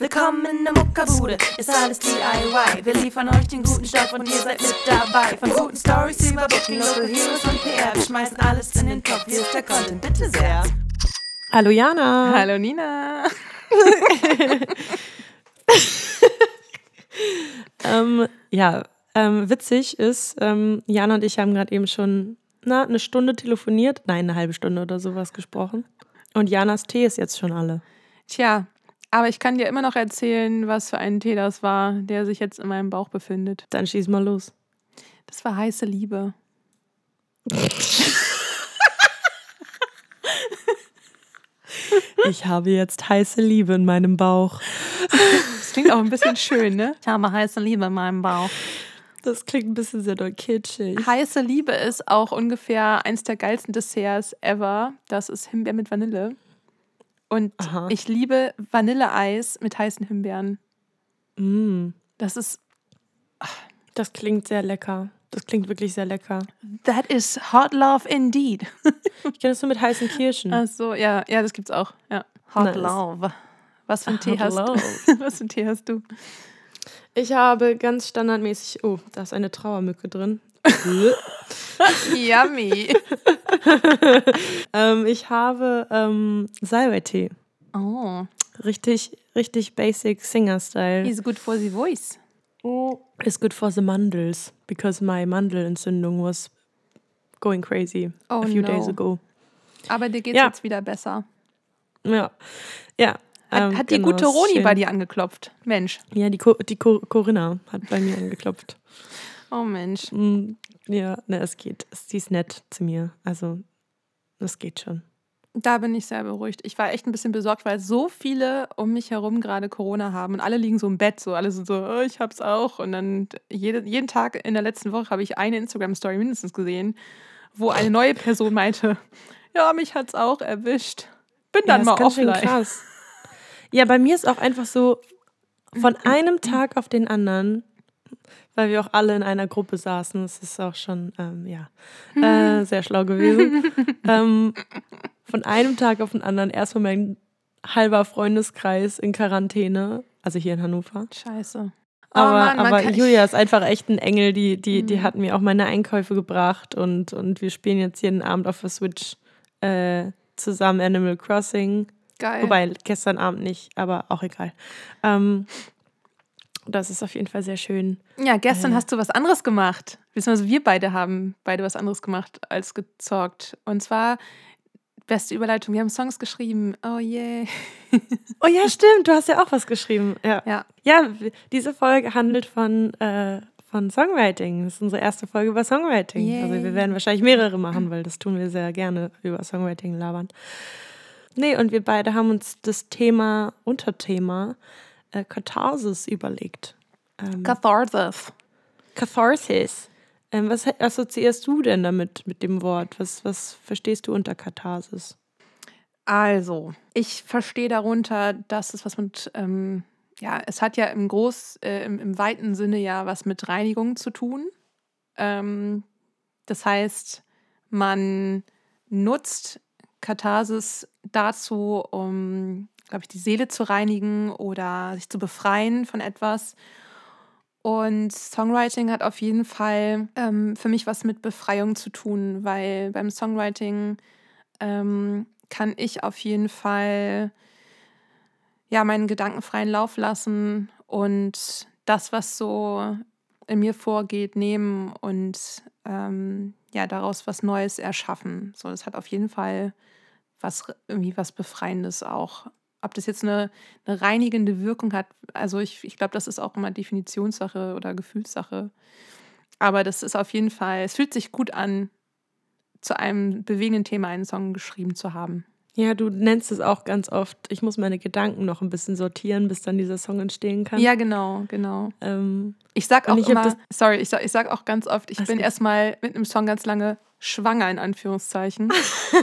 Willkommen in der Muckerbude, ist alles DIY. Wir liefern euch den guten Stoff und ihr seid mit dabei. Von guten Stories über Booking, Local Heroes und PR. Wir schmeißen alles in den Topf, hier ist der Content, bitte sehr. Hallo Jana. Hallo Nina. Witzig ist, Jana und ich haben gerade eben schon eine Stunde telefoniert, eine halbe Stunde oder sowas gesprochen. Und Janas Tee ist jetzt schon alle. Tja, aber ich kann dir immer noch erzählen, was für ein Tee das war, der sich jetzt in meinem Bauch befindet. Dann schieß mal los. Das war heiße Liebe. Ich habe jetzt heiße Liebe in meinem Bauch. Das klingt auch ein bisschen schön, ne? Ich habe heiße Liebe in meinem Bauch. Das klingt ein bisschen sehr doll kitschig. Heiße Liebe ist auch ungefähr eins der geilsten Desserts ever. Das ist Himbeer mit Vanille. Und ich liebe Vanilleeis mit heißen Himbeeren. Das ist... Das klingt sehr lecker. Das klingt wirklich sehr lecker. That is hot love indeed. Ich kenne das nur mit heißen Kirschen. Ach so, ja, das gibt's auch. Ja. Hot Nice. love. Was für ein Tee hast du? Was für ein Tee hast du? Ich habe ganz standardmäßig... Oh, da ist eine Trauermücke drin. Yummy. Ich habe Salbei-Tee. Oh. Richtig basic Singer-Style. He's good for the voice. It's good for the Mandels, because my Mandelentzündung was going crazy a few days ago. Aber dir geht's jetzt wieder besser. Ja. Hat die gute Roni bei dir angeklopft? Mensch. Ja, die Corinna hat bei mir angeklopft. Oh Mensch. Ja, es geht. Sie ist nett zu mir. Also, das geht schon. Da bin ich sehr beruhigt. Ich war echt ein bisschen besorgt, weil so viele um mich herum gerade Corona haben und alle liegen so im Bett, so alle sind so, oh, ich hab's auch. Und dann jeden Tag in der letzten Woche habe ich eine Instagram-Story mindestens gesehen, wo eine neue Person meinte, ja, mich hat's auch erwischt. Bin dann mal offline. Krass. Ja, bei mir ist auch einfach so von einem Tag auf den anderen, weil wir auch alle in einer Gruppe saßen, das ist auch schon, sehr schlau gewesen. Von einem Tag auf den anderen erstmal mein halber Freundeskreis in Quarantäne, also hier in Hannover. Scheiße. Aber Julia ist einfach echt ein Engel, die hat mir auch meine Einkäufe gebracht und wir spielen jetzt jeden Abend auf der Switch zusammen Animal Crossing. Geil. Wobei gestern Abend nicht, aber auch egal. Das ist auf jeden Fall sehr schön. Ja, gestern hast du was anderes gemacht. Beziehungsweise wir beide haben was anderes gemacht als gezockt. Und zwar, beste Überleitung, wir haben Songs geschrieben. Oh yeah. Oh ja, stimmt, du hast ja auch was geschrieben. Ja, diese Folge handelt von Songwriting. Das ist unsere erste Folge über Songwriting. Yay. Also wir werden wahrscheinlich mehrere machen, weil das tun wir sehr gerne, über Songwriting labern. Nee, und wir beide haben uns das Unterthema Katharsis überlegt. Katharsis. Was assoziierst du denn damit, mit dem Wort? Was verstehst du unter Katharsis? Also, ich verstehe darunter, dass es was mit, es hat ja im weiten Sinne ja was mit Reinigung zu tun. Das heißt, man nutzt Katharsis dazu, um, glaube ich, die Seele zu reinigen oder sich zu befreien von etwas. Und Songwriting hat auf jeden Fall für mich was mit Befreiung zu tun, weil beim Songwriting kann ich auf jeden Fall meinen Gedanken freien Lauf lassen und das, was so in mir vorgeht, nehmen und daraus was Neues erschaffen. So, das hat auf jeden Fall was Befreiendes auch. Ob das jetzt eine reinigende Wirkung hat, also ich glaube, das ist auch immer Definitionssache oder Gefühlssache. Aber das ist auf jeden Fall, es fühlt sich gut an, zu einem bewegenden Thema einen Song geschrieben zu haben. Ja, du nennst es auch ganz oft, ich muss meine Gedanken noch ein bisschen sortieren, bis dann dieser Song entstehen kann. Ja, genau. Ich sag auch ich sag auch ganz oft, ich bin erstmal mit einem Song ganz lange schwanger, in Anführungszeichen.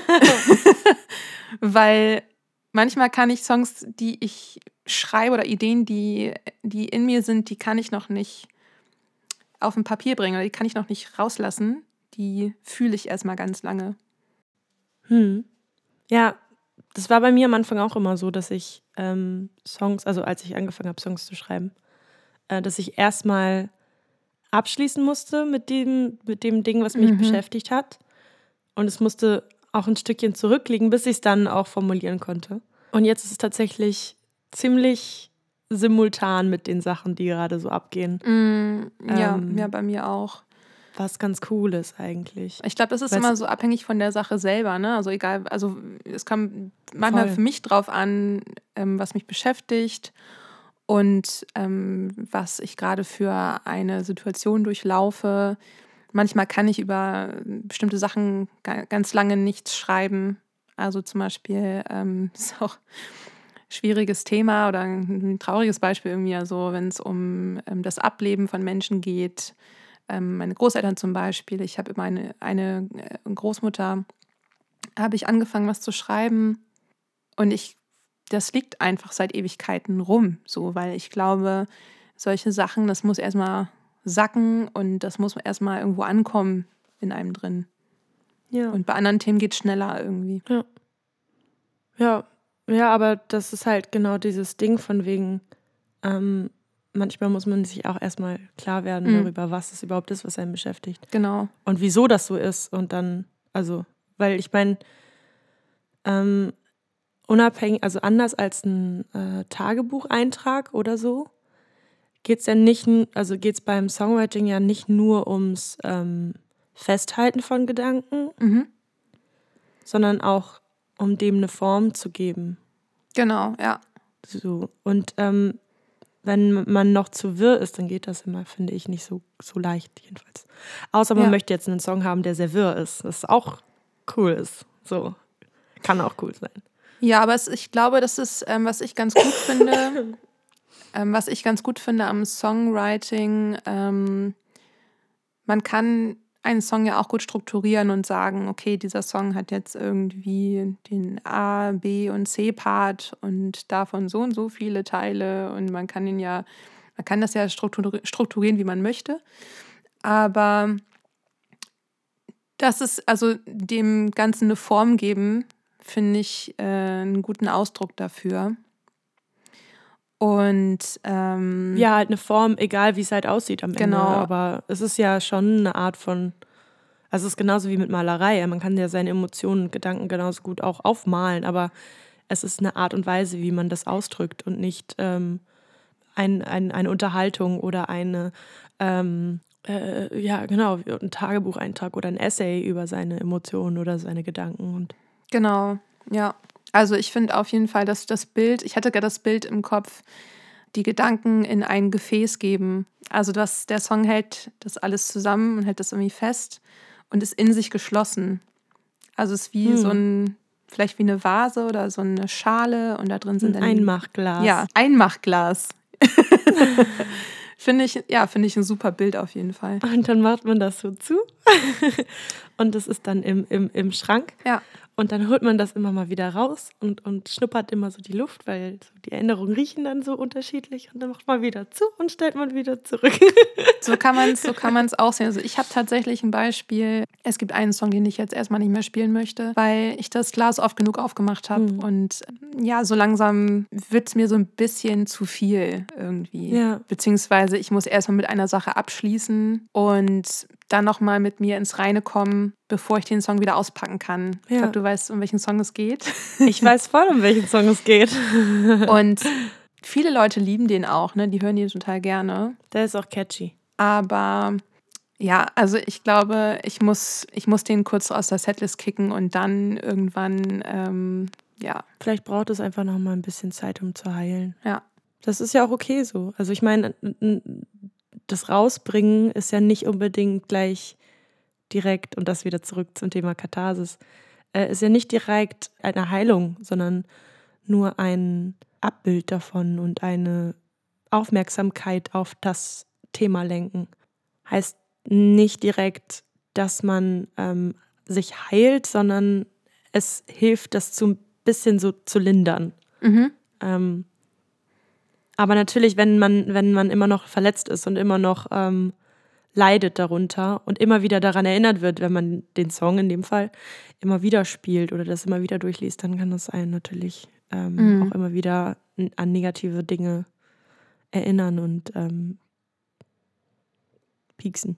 Weil manchmal kann ich Songs, die ich schreibe oder Ideen, die in mir sind, die kann ich noch nicht auf ein Papier bringen oder die kann ich noch nicht rauslassen. Die fühle ich erstmal ganz lange. Ja, das war bei mir am Anfang auch immer so, dass ich Songs, also als ich angefangen habe, Songs zu schreiben, dass ich erstmal abschließen musste mit dem Ding, was mich beschäftigt hat. Und es musste auch ein Stückchen zurückliegen, bis ich es dann auch formulieren konnte. Und jetzt ist es tatsächlich ziemlich simultan mit den Sachen, die gerade so abgehen. Ja, bei mir auch. Was ganz cool ist eigentlich. Ich glaube, das ist immer so abhängig von der Sache selber, ne? Also egal, also es kommt manchmal für mich drauf an, was mich beschäftigt und was ich gerade für eine Situation durchlaufe. Manchmal kann ich über bestimmte Sachen ganz lange nichts schreiben. Also zum Beispiel ist auch ein schwieriges Thema oder ein trauriges Beispiel irgendwie, also wenn es um das Ableben von Menschen geht. Meine Großeltern zum Beispiel, ich habe immer eine Großmutter, habe ich angefangen, was zu schreiben und das liegt einfach seit Ewigkeiten rum, so, weil ich glaube, solche Sachen, das muss erstmal sacken und das muss erstmal irgendwo ankommen in einem drin. Ja. Und bei anderen Themen geht es schneller irgendwie. Ja, aber das ist halt genau dieses Ding von wegen, manchmal muss man sich auch erstmal klar werden darüber, was es überhaupt ist, was einen beschäftigt. Genau. Und wieso das so ist. Und dann, also, weil ich meine, unabhängig, also anders als ein Tagebucheintrag oder so, geht es ja nicht, also geht es beim Songwriting ja nicht nur ums Festhalten von Gedanken, sondern auch um dem eine Form zu geben. Genau, ja. So. Und wenn man noch zu wirr ist, dann geht das immer, finde ich, nicht so leicht jedenfalls. Außer man möchte jetzt einen Song haben, der sehr wirr ist, das auch cool ist. So, kann auch cool sein. Ja, aber ich glaube, das ist, was ich ganz gut finde, am Songwriting, man kann einen Song ja auch gut strukturieren und sagen, okay, dieser Song hat jetzt irgendwie den A, B und C-Part und davon so und so viele Teile und man kann das ja strukturieren, wie man möchte. Aber das ist, also dem Ganzen eine Form geben, finde ich einen guten Ausdruck dafür. Und ja, halt eine Form, egal wie es halt aussieht am Ende. Genau. Aber es ist ja schon eine Art von, also es ist genauso wie mit Malerei. Man kann ja seine Emotionen und Gedanken genauso gut auch aufmalen, aber es ist eine Art und Weise, wie man das ausdrückt und nicht eine Unterhaltung oder eine, ja genau, ein Tagebucheintrag oder ein Essay über seine Emotionen oder seine Gedanken. Und genau, ja. Also ich finde auf jeden Fall, dass das Bild, ich hatte gerade das Bild im Kopf, die Gedanken in ein Gefäß geben. Also dass der Song hält das alles zusammen und hält das irgendwie fest und ist in sich geschlossen. Also es ist wie so vielleicht wie eine Vase oder so eine Schale und da drin sind ein dann Einmachglas. Ja, Einmachglas. Finde ich ein super Bild auf jeden Fall. Und dann macht man das so zu und das ist dann im Schrank. Ja. Und dann holt man das immer mal wieder raus und schnuppert immer so die Luft, weil so die Erinnerungen riechen dann so unterschiedlich. Und dann macht man wieder zu und stellt man wieder zurück. So kann man's auch sehen. Also ich habe tatsächlich ein Beispiel. Es gibt einen Song, den ich jetzt erstmal nicht mehr spielen möchte, weil ich das Glas oft genug aufgemacht habe. Und ja, so langsam wird es mir so ein bisschen zu viel irgendwie. Ja. Beziehungsweise ich muss erstmal mit einer Sache abschließen und dann nochmal mit mir ins Reine kommen, bevor ich den Song wieder auspacken kann. Ja. Ich glaube, du weißt, um welchen Song es geht. Ich weiß voll, um welchen Song es geht. Und viele Leute lieben den auch, ne? Die hören den total gerne. Der ist auch catchy. Aber ja, also ich glaube, ich muss den kurz aus der Setlist kicken und dann irgendwann, ja. Vielleicht braucht es einfach noch mal ein bisschen Zeit, um zu heilen. Ja. Das ist ja auch okay so. Also ich meine, das Rausbringen ist ja nicht unbedingt gleich direkt, und das wieder zurück zum Thema Katharsis, ist ja nicht direkt eine Heilung, sondern nur ein Abbild davon und eine Aufmerksamkeit auf das Thema lenken. Heißt nicht direkt, dass man sich heilt, sondern es hilft, das so ein bisschen so zu lindern. Aber natürlich, wenn man immer noch verletzt ist und immer noch leidet darunter und immer wieder daran erinnert wird, wenn man den Song in dem Fall immer wieder spielt oder das immer wieder durchliest, dann kann das einen natürlich auch immer wieder an negative Dinge erinnern und pieksen.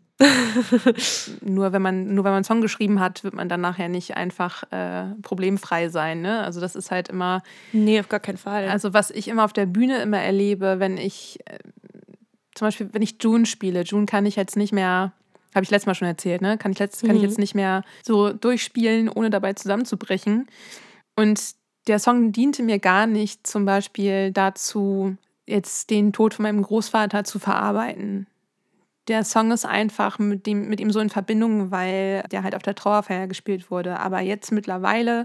Nur wenn man einen Song geschrieben hat, wird man dann nachher nicht einfach problemfrei sein. Ne? Also das ist halt immer, Nee, auf gar keinen Fall. also was ich immer auf der Bühne immer erlebe, wenn ich zum Beispiel, wenn ich June spiele, June kann ich jetzt nicht mehr, habe ich letztes Mal schon erzählt, ne? Kann ich jetzt nicht mehr so durchspielen, ohne dabei zusammenzubrechen. Und der Song diente mir gar nicht zum Beispiel dazu, jetzt den Tod von meinem Großvater zu verarbeiten. Der Song ist einfach mit ihm so in Verbindung, weil der halt auf der Trauerfeier gespielt wurde. Aber jetzt mittlerweile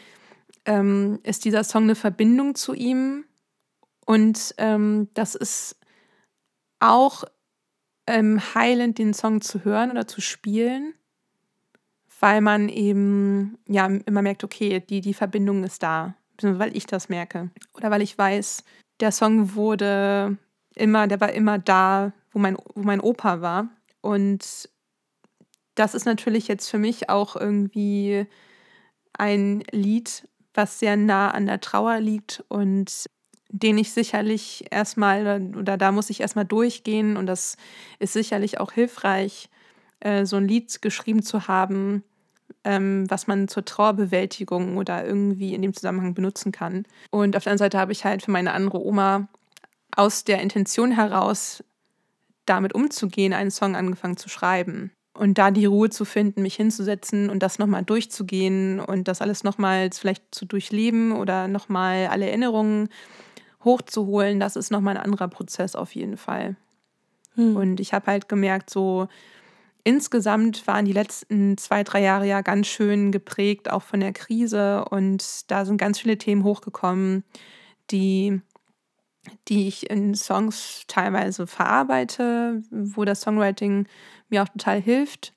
ist dieser Song eine Verbindung zu ihm. Und das ist auch heilend, den Song zu hören oder zu spielen, weil man eben ja immer merkt, okay, die Verbindung ist da, weil ich das merke. Oder weil ich weiß, der Song der war immer da, wo mein Opa war. Und das ist natürlich jetzt für mich auch irgendwie ein Lied, was sehr nah an der Trauer liegt und den ich sicherlich erstmal, oder da muss ich erstmal durchgehen. Und das ist sicherlich auch hilfreich, so ein Lied geschrieben zu haben, was man zur Trauerbewältigung oder irgendwie in dem Zusammenhang benutzen kann. Und auf der anderen Seite habe ich halt für meine andere Oma aus der Intention heraus, damit umzugehen, einen Song angefangen zu schreiben. Und da die Ruhe zu finden, mich hinzusetzen und das nochmal durchzugehen und das alles nochmals vielleicht zu durchleben oder nochmal alle Erinnerungen hochzuholen, das ist nochmal ein anderer Prozess auf jeden Fall. Und ich habe halt gemerkt, so insgesamt waren die letzten 2-3 Jahre ja ganz schön geprägt, auch von der Krise. Und da sind ganz viele Themen hochgekommen, die ich in Songs teilweise verarbeite, wo das Songwriting mir auch total hilft.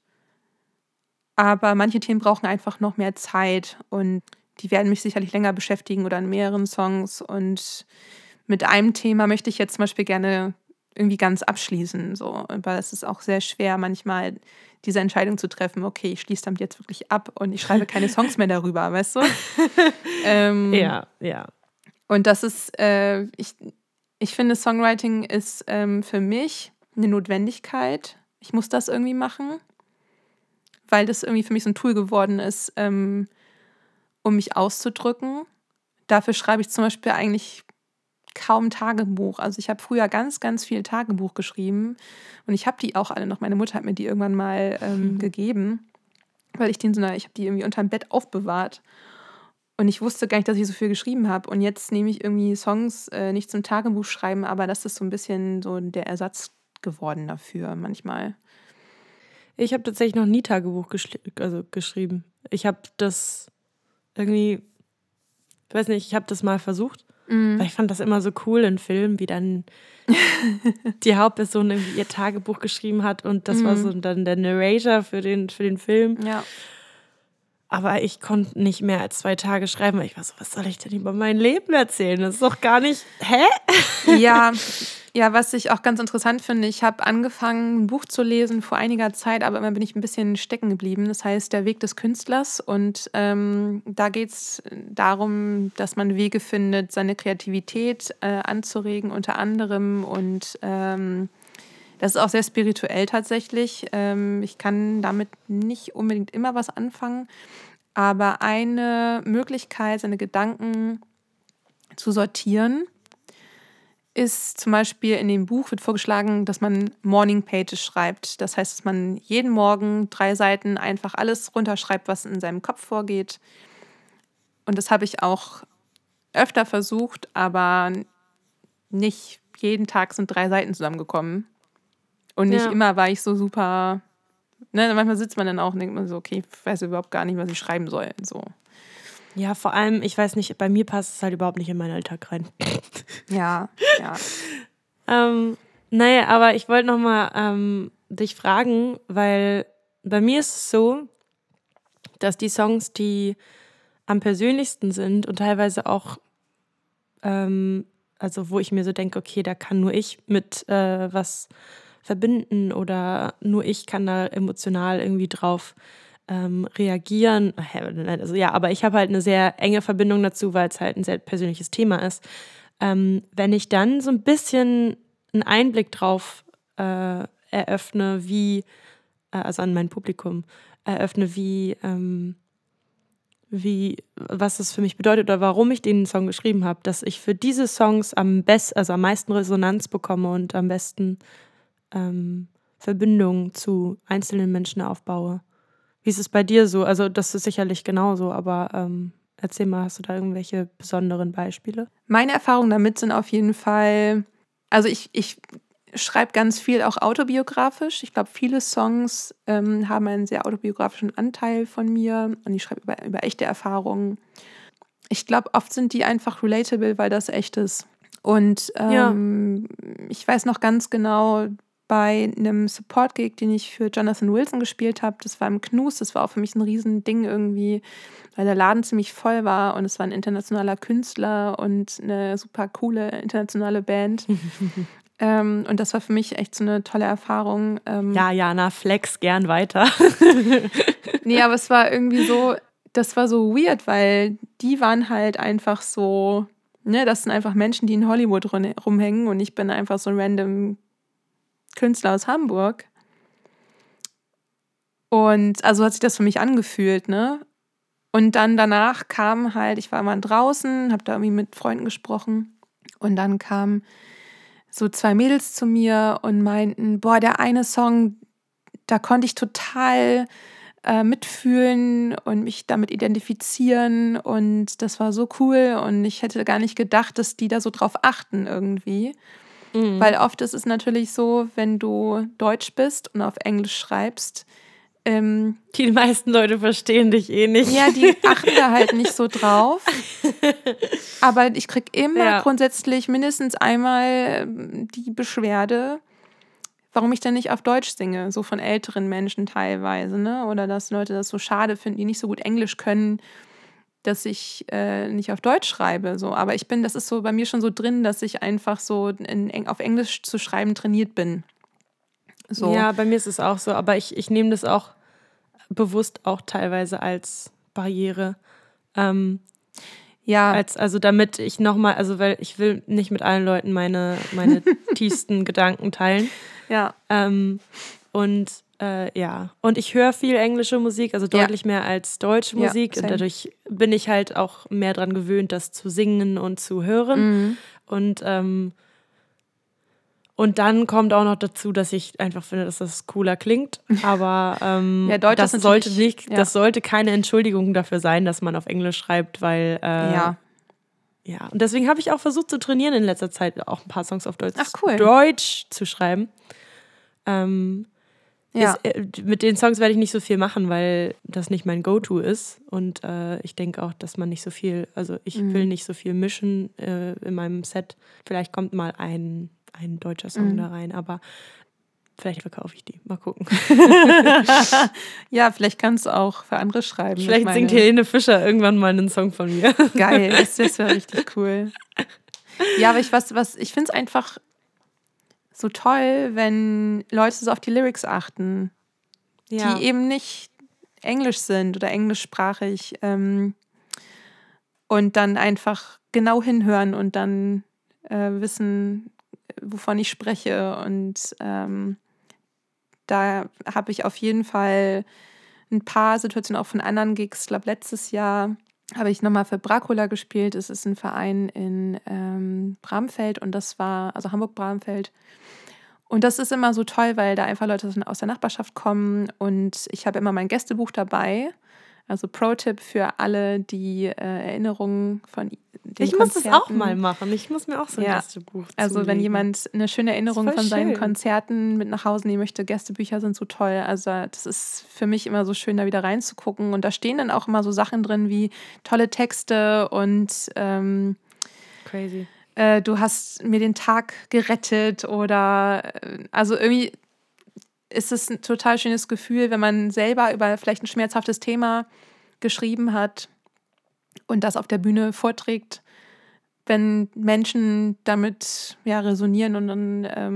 Aber manche Themen brauchen einfach noch mehr Zeit und die werden mich sicherlich länger beschäftigen oder in mehreren Songs. Und mit einem Thema möchte ich jetzt zum Beispiel gerne irgendwie ganz abschließen. So. Aber es ist auch sehr schwer, manchmal diese Entscheidung zu treffen, okay, ich schließe damit jetzt wirklich ab und ich schreibe keine Songs mehr darüber, weißt du? Ja. Und das ist, ich finde, Songwriting ist für mich eine Notwendigkeit. Ich muss das irgendwie machen, weil das irgendwie für mich so ein Tool geworden ist, um mich auszudrücken. Dafür schreibe ich zum Beispiel eigentlich kaum Tagebuch. Also ich habe früher ganz, ganz viel Tagebuch geschrieben und ich habe die auch alle noch. Meine Mutter hat mir die irgendwann mal gegeben, weil ich habe die irgendwie unterm Bett aufbewahrt. Und ich wusste gar nicht, dass ich so viel geschrieben habe. Und jetzt nehme ich irgendwie Songs nicht zum Tagebuch schreiben, aber das ist so ein bisschen so der Ersatz geworden dafür manchmal. Ich habe tatsächlich noch nie Tagebuch geschrieben. Ich habe das irgendwie, ich weiß nicht, ich habe das mal versucht, weil ich fand das immer so cool in Filmen, wie dann die Hauptperson irgendwie ihr Tagebuch geschrieben hat und das war so dann der Narrator für den Film. Ja. Aber ich konnte nicht mehr als 2 Tage schreiben, weil ich war so, was soll ich denn über mein Leben erzählen? Das ist doch gar nicht, Ja, was ich auch ganz interessant finde, ich habe angefangen, ein Buch zu lesen vor einiger Zeit, aber immer bin ich ein bisschen stecken geblieben. Das heißt, Der Weg des Künstlers. Und da geht es darum, dass man Wege findet, seine Kreativität anzuregen, unter anderem. Und das ist auch sehr spirituell tatsächlich. Ich kann damit nicht unbedingt immer was anfangen. Aber eine Möglichkeit, seine Gedanken zu sortieren, ist zum Beispiel in dem Buch wird vorgeschlagen, dass man Morning Pages schreibt. Das heißt, dass man jeden Morgen 3 Seiten einfach alles runterschreibt, was in seinem Kopf vorgeht. Und das habe ich auch öfter versucht, aber nicht jeden Tag sind 3 Seiten zusammengekommen. Und nicht immer war ich so super. Ne, manchmal sitzt man dann auch und denkt man so, okay, ich weiß überhaupt gar nicht, was ich schreiben soll. So. Ja, vor allem, ich weiß nicht, bei mir passt es halt überhaupt nicht in meinen Alltag rein. Ja. Naja, aber ich wollte nochmal dich fragen, weil bei mir ist es so, dass die Songs, die am persönlichsten sind und teilweise auch, also wo ich mir so denke, okay, da kann nur ich mit was verbinden oder nur ich kann da emotional irgendwie drauf reagieren. Also ja, aber ich habe halt eine sehr enge Verbindung dazu, weil es halt ein sehr persönliches Thema ist. Wenn ich dann so ein bisschen einen Einblick drauf eröffne, also an mein Publikum eröffne, was das für mich bedeutet oder warum ich den Song geschrieben habe, dass ich für diese Songs am meisten Resonanz bekomme und am besten Verbindungen zu einzelnen Menschen aufbaue. Wie ist es bei dir so? Also das ist sicherlich genauso, aber erzähl mal, hast du da irgendwelche besonderen Beispiele? Meine Erfahrungen damit sind auf jeden Fall, also ich schreibe ganz viel auch autobiografisch. Ich glaube, viele Songs haben einen sehr autobiografischen Anteil von mir und ich schreibe über echte Erfahrungen. Ich glaube, oft sind die einfach relatable, weil das echt ist. Und ich weiß noch ganz genau, bei einem Support-Gig, den ich für Jonathan Wilson gespielt habe, das war im Knus, das war auch für mich ein Riesending irgendwie, weil der Laden ziemlich voll war und es war ein internationaler Künstler und eine super coole internationale Band. Und das war für mich echt so eine tolle Erfahrung. Ja, Jana, flex gern weiter. Nee, aber es war irgendwie so, das war so weird, weil die waren halt einfach so, ne, das sind einfach Menschen, die in Hollywood rumhängen und ich bin einfach so ein random Künstler aus Hamburg. Und also hat sich das für mich angefühlt, ne? Und dann danach kam halt, ich war mal draußen, habe da irgendwie mit Freunden gesprochen und dann kamen so 2 Mädels zu mir und meinten, boah, der eine Song, da konnte ich total mitfühlen und mich damit identifizieren und das war so cool und ich hätte gar nicht gedacht, dass die da so drauf achten irgendwie. Mhm. Weil oft ist es natürlich so, wenn du Deutsch bist und auf Englisch schreibst, die meisten Leute verstehen dich eh nicht. Ja, die achten da halt nicht so drauf. Aber ich kriege immer grundsätzlich mindestens einmal die Beschwerde, warum ich denn nicht auf Deutsch singe, so von älteren Menschen teilweise, ne? Oder dass Leute das so schade finden, die nicht so gut Englisch können, dass ich nicht auf Deutsch schreibe. So. Aber das ist so bei mir schon so drin, dass ich einfach so auf Englisch zu schreiben trainiert bin. So. Ja, bei mir ist es auch so, aber ich nehme das auch bewusst auch teilweise als Barriere. Also damit ich nochmal, also weil ich will nicht mit allen Leuten meine tiefsten Gedanken teilen. Ja. Und ich höre viel englische Musik, also deutlich mehr als deutsche Musik. Und dadurch bin ich halt auch mehr dran gewöhnt, das zu singen und zu hören. Mhm. Und dann kommt auch noch dazu, dass ich einfach finde, dass das cooler klingt. Aber das sollte keine Entschuldigung dafür sein, dass man auf Englisch schreibt, weil und deswegen habe ich auch versucht zu trainieren in letzter Zeit, auch ein paar Songs auf Deutsch zu schreiben. Mit den Songs werde ich nicht so viel machen, weil das nicht mein Go-To ist. Und ich denke auch, dass man nicht so viel, also ich will nicht so viel mischen in meinem Set. Vielleicht kommt mal ein deutscher Song da rein, aber vielleicht verkaufe ich die. Mal gucken. Ja, vielleicht kannst du auch für andere schreiben. Vielleicht singt Helene Fischer irgendwann mal einen Song von mir. Geil, das wäre richtig cool. Ja, aber ich finde es einfach so toll, wenn Leute so auf die Lyrics achten, die eben nicht Englisch sind oder englischsprachig und dann einfach genau hinhören und dann wissen, wovon ich spreche. Und da habe ich auf jeden Fall ein paar Situationen auch von anderen Gigs. Ich glaube, letztes Jahr habe ich nochmal für Bracula gespielt. Es ist ein Verein in Bramfeld und das war, also Hamburg-Bramfeld. Und das ist immer so toll, weil da einfach Leute aus der Nachbarschaft kommen und ich habe immer mein Gästebuch dabei. Also Pro-Tipp für alle, die Erinnerungen von den Konzerten. Ich muss das auch mal machen. Ich muss mir auch so ein Gästebuch zulegen. Also wenn jemand eine schöne Erinnerung von seinen Konzerten mit nach Hause nehmen möchte, Gästebücher sind so toll. Also das ist für mich immer so schön, da wieder reinzugucken. Und da stehen dann auch immer so Sachen drin wie tolle Texte und crazy. Du hast mir den Tag gerettet oder also irgendwie ist es ein total schönes Gefühl, wenn man selber über vielleicht ein schmerzhaftes Thema geschrieben hat und das auf der Bühne vorträgt, wenn Menschen damit resonieren und dann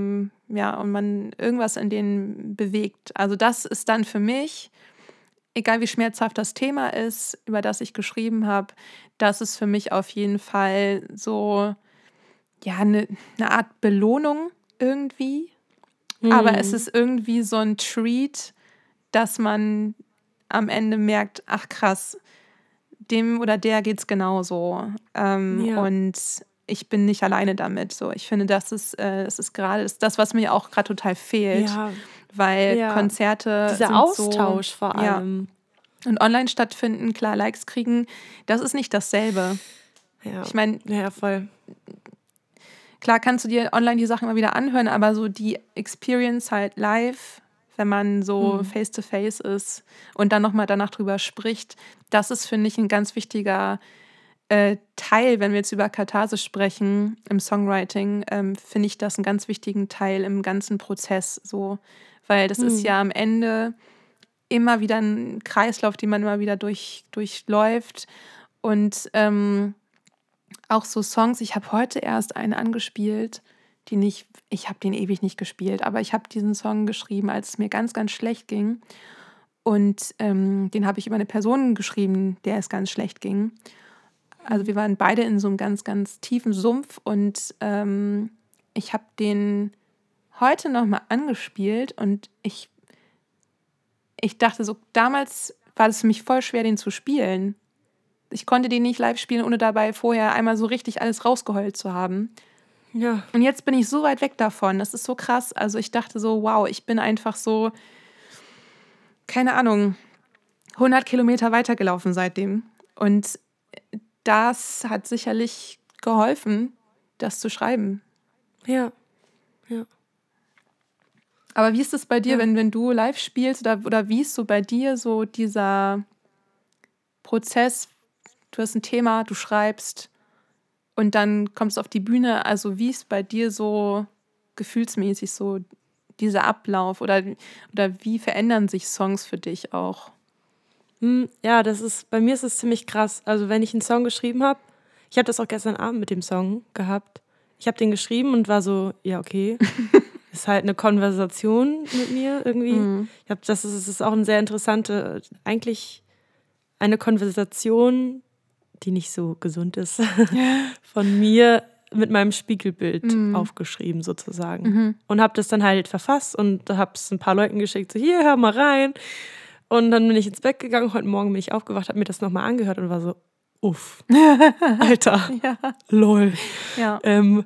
und man irgendwas in denen bewegt. Also das ist dann für mich, egal wie schmerzhaft das Thema ist, über das ich geschrieben habe, das ist für mich auf jeden Fall so, eine Art Belohnung irgendwie. Aber es ist irgendwie so ein Treat, dass man am Ende merkt, ach krass, dem oder der geht's genauso. Und ich bin nicht alleine damit. So, ich finde, das ist gerade das, was mir auch gerade total fehlt. Ja. Weil Konzerte dieser sind Austausch so, vor allem. Und online stattfinden, klar, Likes kriegen, das ist nicht dasselbe. Ja. Ich meine, ja, voll. Klar kannst du dir online die Sachen mal wieder anhören, aber so die Experience halt live, wenn man so face-to-face ist und dann nochmal danach drüber spricht, das ist, finde ich, ein ganz wichtiger Teil, wenn wir jetzt über Katharsis sprechen im Songwriting, finde ich das einen ganz wichtigen Teil im ganzen Prozess so, weil das ist ja am Ende immer wieder ein Kreislauf, den man immer wieder durchläuft und auch so Songs, ich habe heute erst einen angespielt, ich habe den ewig nicht gespielt, aber ich habe diesen Song geschrieben, als es mir ganz, ganz schlecht ging und den habe ich über eine Person geschrieben, der es ganz schlecht ging. Also wir waren beide in so einem ganz, ganz tiefen Sumpf und ich habe den heute nochmal angespielt und ich dachte so, damals war es für mich voll schwer, den zu spielen. Ich konnte den nicht live spielen, ohne dabei vorher einmal so richtig alles rausgeheult zu haben. Ja. Und jetzt bin ich so weit weg davon. Das ist so krass. Also ich dachte so, wow, ich bin einfach so, keine Ahnung, 100 Kilometer weitergelaufen seitdem. Und das hat sicherlich geholfen, das zu schreiben. Ja. Aber wie ist es bei dir, wenn du live spielst oder wie ist so bei dir so dieser Prozess? Du hast ein Thema, du schreibst und dann kommst du auf die Bühne. Also wie ist bei dir so gefühlsmäßig so dieser Ablauf oder wie verändern sich Songs für dich auch? Ja, bei mir ist es ziemlich krass. Also wenn ich einen Song geschrieben habe, ich habe das auch gestern Abend mit dem Song gehabt. Ich habe den geschrieben und war so, ja, okay. Ist halt eine Konversation mit mir irgendwie. Das ist auch eine sehr interessante, eigentlich eine Konversation, die nicht so gesund ist, von mir mit meinem Spiegelbild aufgeschrieben sozusagen. Und habe das dann halt verfasst und habe es ein paar Leuten geschickt, so hier, hör mal rein. Und dann bin ich ins Bett gegangen, heute Morgen bin ich aufgewacht, habe mir das nochmal angehört und war so, uff, Alter, lol. Ja.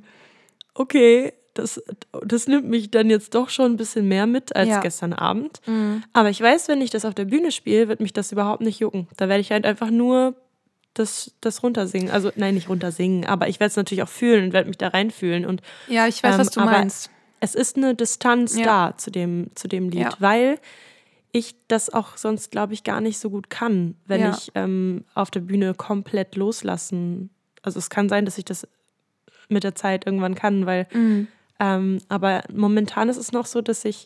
Okay, das nimmt mich dann jetzt doch schon ein bisschen mehr mit als gestern Abend. Aber ich weiß, wenn ich das auf der Bühne spiele, wird mich das überhaupt nicht jucken. Da werde ich halt einfach nur das runtersingen. Also, nein, nicht runtersingen, aber ich werde es natürlich auch fühlen und werde mich da reinfühlen. Und, ja, ich weiß, was du meinst. Es ist eine Distanz da zu dem Lied, weil ich das auch sonst, glaube ich, gar nicht so gut kann, wenn ich auf der Bühne komplett loslassen. Also es kann sein, dass ich das mit der Zeit irgendwann kann, weil aber momentan ist es noch so, dass ich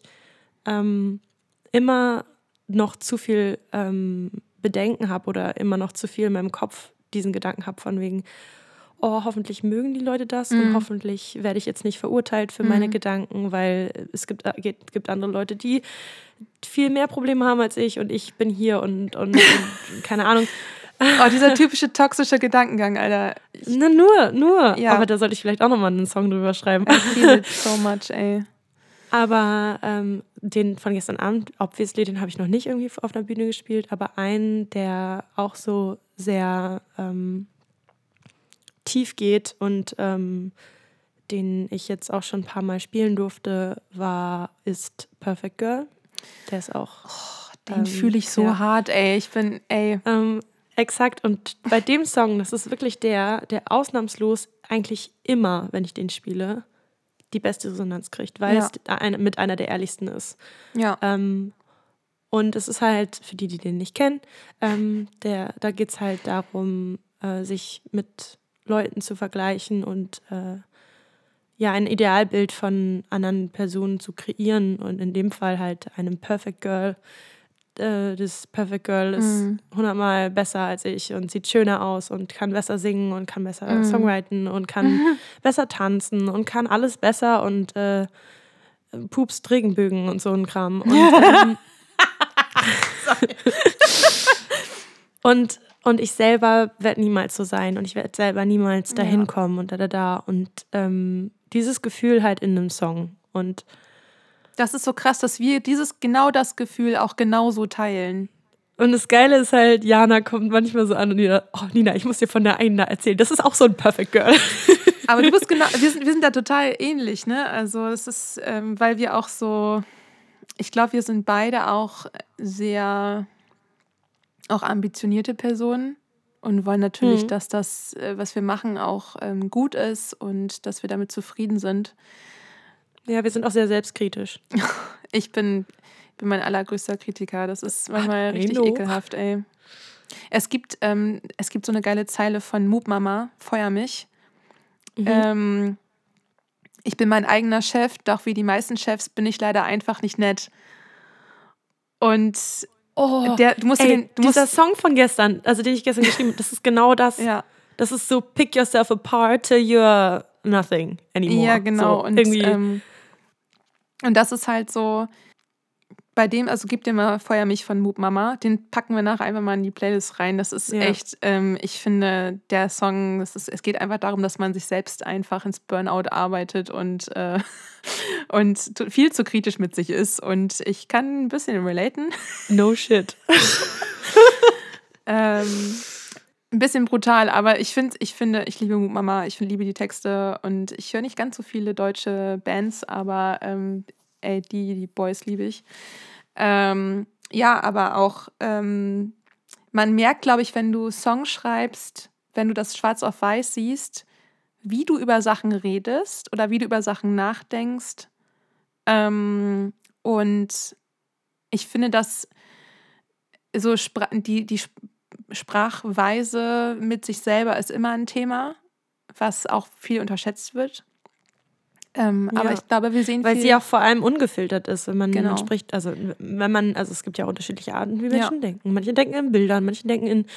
immer noch zu viel Bedenken habe oder immer noch zu viel in meinem Kopf diesen Gedanken habe von wegen, oh, hoffentlich mögen die Leute das und hoffentlich werde ich jetzt nicht verurteilt für meine Gedanken, weil es gibt andere Leute, die viel mehr Probleme haben als ich und ich bin hier und keine Ahnung. Oh, dieser typische toxische Gedankengang, Alter. Nur. Ja. Aber da sollte ich vielleicht auch nochmal einen Song drüber schreiben. I feel it so much, ey. Aber den von gestern Abend, obviously, den habe ich noch nicht irgendwie auf der Bühne gespielt, aber einen, der auch so sehr tief geht und den ich jetzt auch schon ein paar Mal spielen durfte, ist Perfect Girl. Der ist auch... Den fühle ich so hart, ey. Exakt. Und bei dem Song, das ist wirklich der ausnahmslos eigentlich immer, wenn ich den spiele, die beste Resonanz kriegt, weil es mit einer der ehrlichsten ist. Ja. Und es ist halt, für die den nicht kennen, da geht es halt darum, sich mit Leuten zu vergleichen und ein Idealbild von anderen Personen zu kreieren und in dem Fall halt einem Perfect Girl. Das Perfect Girl ist 100-mal besser als ich und sieht schöner aus und kann besser singen und kann besser songwriten und kann besser tanzen und kann alles besser und pupst Regenbögen und so ein Kram. Und ich selber werde niemals so sein und ich werde selber niemals dahin kommen und da. Und dieses Gefühl halt in einem Song. Und das ist so krass, dass wir genau das Gefühl auch genauso teilen. Und das Geile ist halt, Jana kommt manchmal so an und Nina, oh Nina, ich muss dir von der einen da erzählen. Das ist auch so ein Perfect Girl. Aber du bist wir sind da total ähnlich, ne? Also es ist, weil wir auch so, ich glaube, wir sind beide auch sehr auch ambitionierte Personen und wollen natürlich, dass das, was wir machen, auch gut ist und dass wir damit zufrieden sind. Ja, wir sind auch sehr selbstkritisch. Ich bin mein allergrößter Kritiker. Das ist manchmal richtig ekelhaft, ey. Es gibt so eine geile Zeile von Moop Mama, Feuer mich. Ich bin mein eigener Chef, doch wie die meisten Chefs bin ich leider einfach nicht nett. Und dieser Song von gestern, also den ich gestern geschrieben habe, das ist genau das. Ja. Das ist so, pick yourself apart till you're nothing anymore. Ja, genau. So, und, und das ist halt so, bei dem, also gib dir mal Feuer mich von Moop Mama, den packen wir nachher einfach mal in die Playlist rein. Das ist echt, ich finde, der Song, es geht einfach darum, dass man sich selbst einfach ins Burnout arbeitet und viel zu kritisch mit sich ist. Und ich kann ein bisschen relaten. No shit. Ein bisschen brutal, aber ich liebe Moop Mama, ich liebe die Texte und ich höre nicht ganz so viele deutsche Bands, aber die Boys liebe ich. Ja, aber auch man merkt, glaube ich, wenn du Songs schreibst, wenn du das schwarz auf weiß siehst, wie du über Sachen redest oder wie du über Sachen nachdenkst. Und ich finde, dass so die Sprachweise mit sich selber ist immer ein Thema, was auch viel unterschätzt wird. Aber ich glaube, wir sehen weil sie auch vor allem ungefiltert ist, wenn man spricht. Also es gibt ja unterschiedliche Arten, wie Menschen denken. Manche denken in Bildern, manche denken in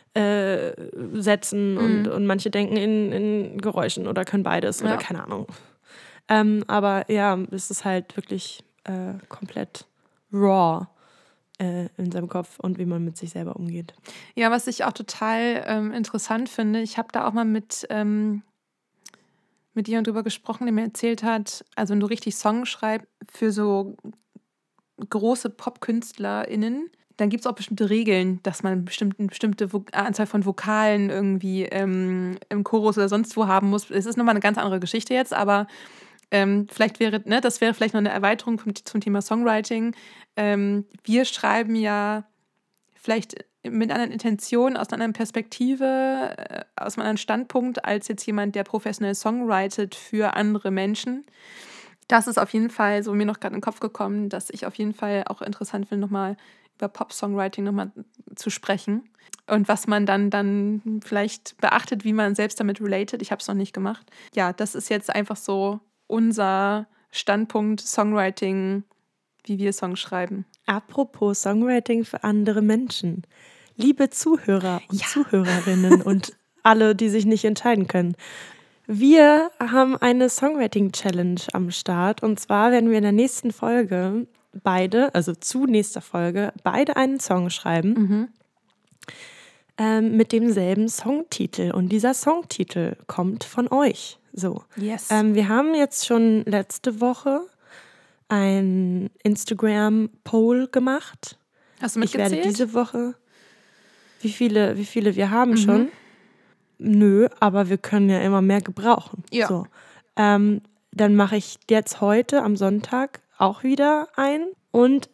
Sätzen und manche denken in Geräuschen oder können beides oder keine Ahnung. Aber ja, es ist halt wirklich komplett raw in seinem Kopf und wie man mit sich selber umgeht. Ja, was ich auch total interessant finde, ich habe da auch mal mit jemandem drüber gesprochen, der mir erzählt hat, also wenn du richtig Songs schreibst für so große PopkünstlerInnen, dann gibt es auch bestimmte Regeln, dass man eine bestimmte Anzahl von Vokalen irgendwie im Chorus oder sonst wo haben muss. Es ist nochmal eine ganz andere Geschichte jetzt, aber vielleicht das wäre vielleicht noch eine Erweiterung zum Thema Songwriting. Wir schreiben ja vielleicht mit einer Intention, aus einer anderen Perspektive, aus einem anderen Standpunkt, als jetzt jemand, der professionell songwritet für andere Menschen. Das ist auf jeden Fall so mir noch gerade in den Kopf gekommen, dass ich auf jeden Fall auch interessant finde, nochmal über Pop-Songwriting nochmal zu sprechen. Und was man dann vielleicht beachtet, wie man selbst damit relatet. Ich habe es noch nicht gemacht. Ja, das ist jetzt einfach so unser Standpunkt Songwriting, wie wir Songs schreiben. Apropos Songwriting für andere Menschen. Liebe Zuhörer und Zuhörerinnen und alle, die sich nicht entscheiden können. Wir haben eine Songwriting-Challenge am Start. Und zwar werden wir in der nächsten Folge zu nächster Folge, einen Song schreiben mit demselben Songtitel. Und dieser Songtitel kommt von euch. So. Yes. Wir haben jetzt schon letzte Woche ein Instagram-Poll gemacht. Hast du mitgezählt? Ich werde diese Woche... Wie viele wir haben schon? Nö, aber wir können ja immer mehr gebrauchen. Ja. So. Dann mache ich jetzt heute am Sonntag auch wieder ein und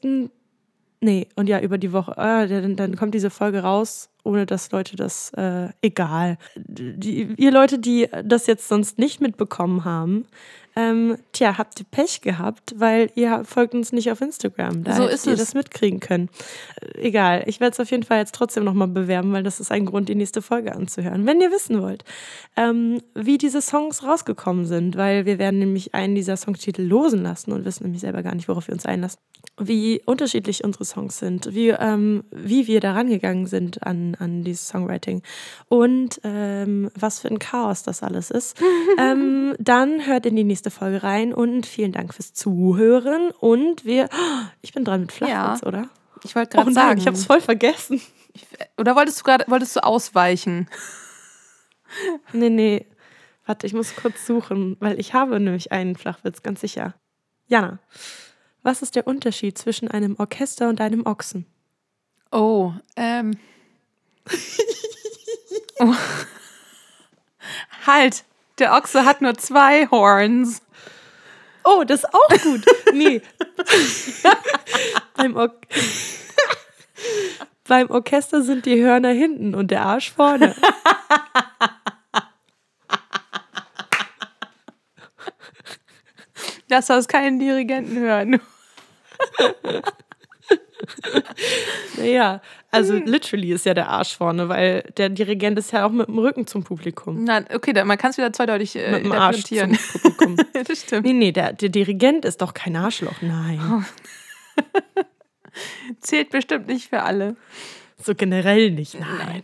über die Woche. Dann kommt diese Folge raus, ohne dass Leute das, egal. Ihr Leute, die das jetzt sonst nicht mitbekommen haben, habt ihr Pech gehabt, weil ihr folgt uns nicht auf Instagram. Da hättet ihr das mitkriegen können. Egal, ich werde es auf jeden Fall jetzt trotzdem nochmal bewerben, weil das ist ein Grund, die nächste Folge anzuhören. Wenn ihr wissen wollt, wie diese Songs rausgekommen sind, weil wir werden nämlich einen dieser Songtitel losen lassen und wissen nämlich selber gar nicht, worauf wir uns einlassen. Wie unterschiedlich unsere Songs sind, wie wir da rangegangen sind an dieses Songwriting und was für ein Chaos das alles ist, dann hört in die nächste nächste Folge rein und vielen Dank fürs Zuhören. Und ich bin dran mit Flachwitz, oder? Ich wollte gerade sagen. Ich habe es voll vergessen. Oder wolltest du ausweichen? Nee. Warte, ich muss kurz suchen, weil ich habe nämlich einen Flachwitz, ganz sicher. Jana, was ist der Unterschied zwischen einem Orchester und einem Ochsen? Oh. Halt, der Ochse hat nur 2 Horns. Oh, das ist auch gut. Nee. Beim Orchester sind die Hörner hinten und der Arsch vorne. Lass das keinen Dirigenten hören. Naja, also literally ist ja der Arsch vorne, weil der Dirigent ist ja auch mit dem Rücken zum Publikum. Nein, okay, man kann es wieder zweideutig Mit dem Arsch zum interpretieren. Publikum. Das stimmt. Nee, der Dirigent ist doch kein Arschloch, nein. Zählt bestimmt nicht für alle. So generell nicht, nein.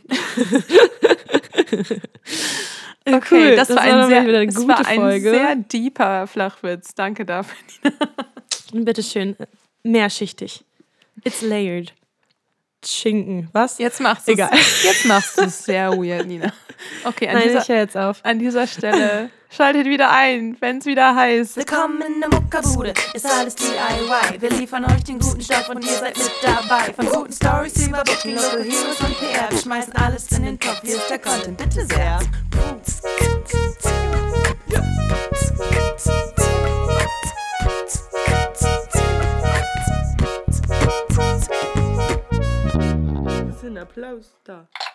Okay, cool, das war wieder eine das gute war ein Folge. sehr deeper Flachwitz. Danke dafür, Nina. Bitteschön, mehrschichtig. It's layered. Schinken, was? Jetzt machst du Egal. es sehr weird, Nina. Okay, Nein, ich höre jetzt auf. an dieser Stelle schaltet wieder ein, wenn es wieder heißt. Willkommen in der Muckerbude, ist alles DIY. Wir liefern euch den guten Stoff und ihr seid mit dabei. Von guten Stories über Booking, Local Heroes und PR. Wir schmeißen alles in den Topf, hier ist der Content, bitte sehr. Applaus da.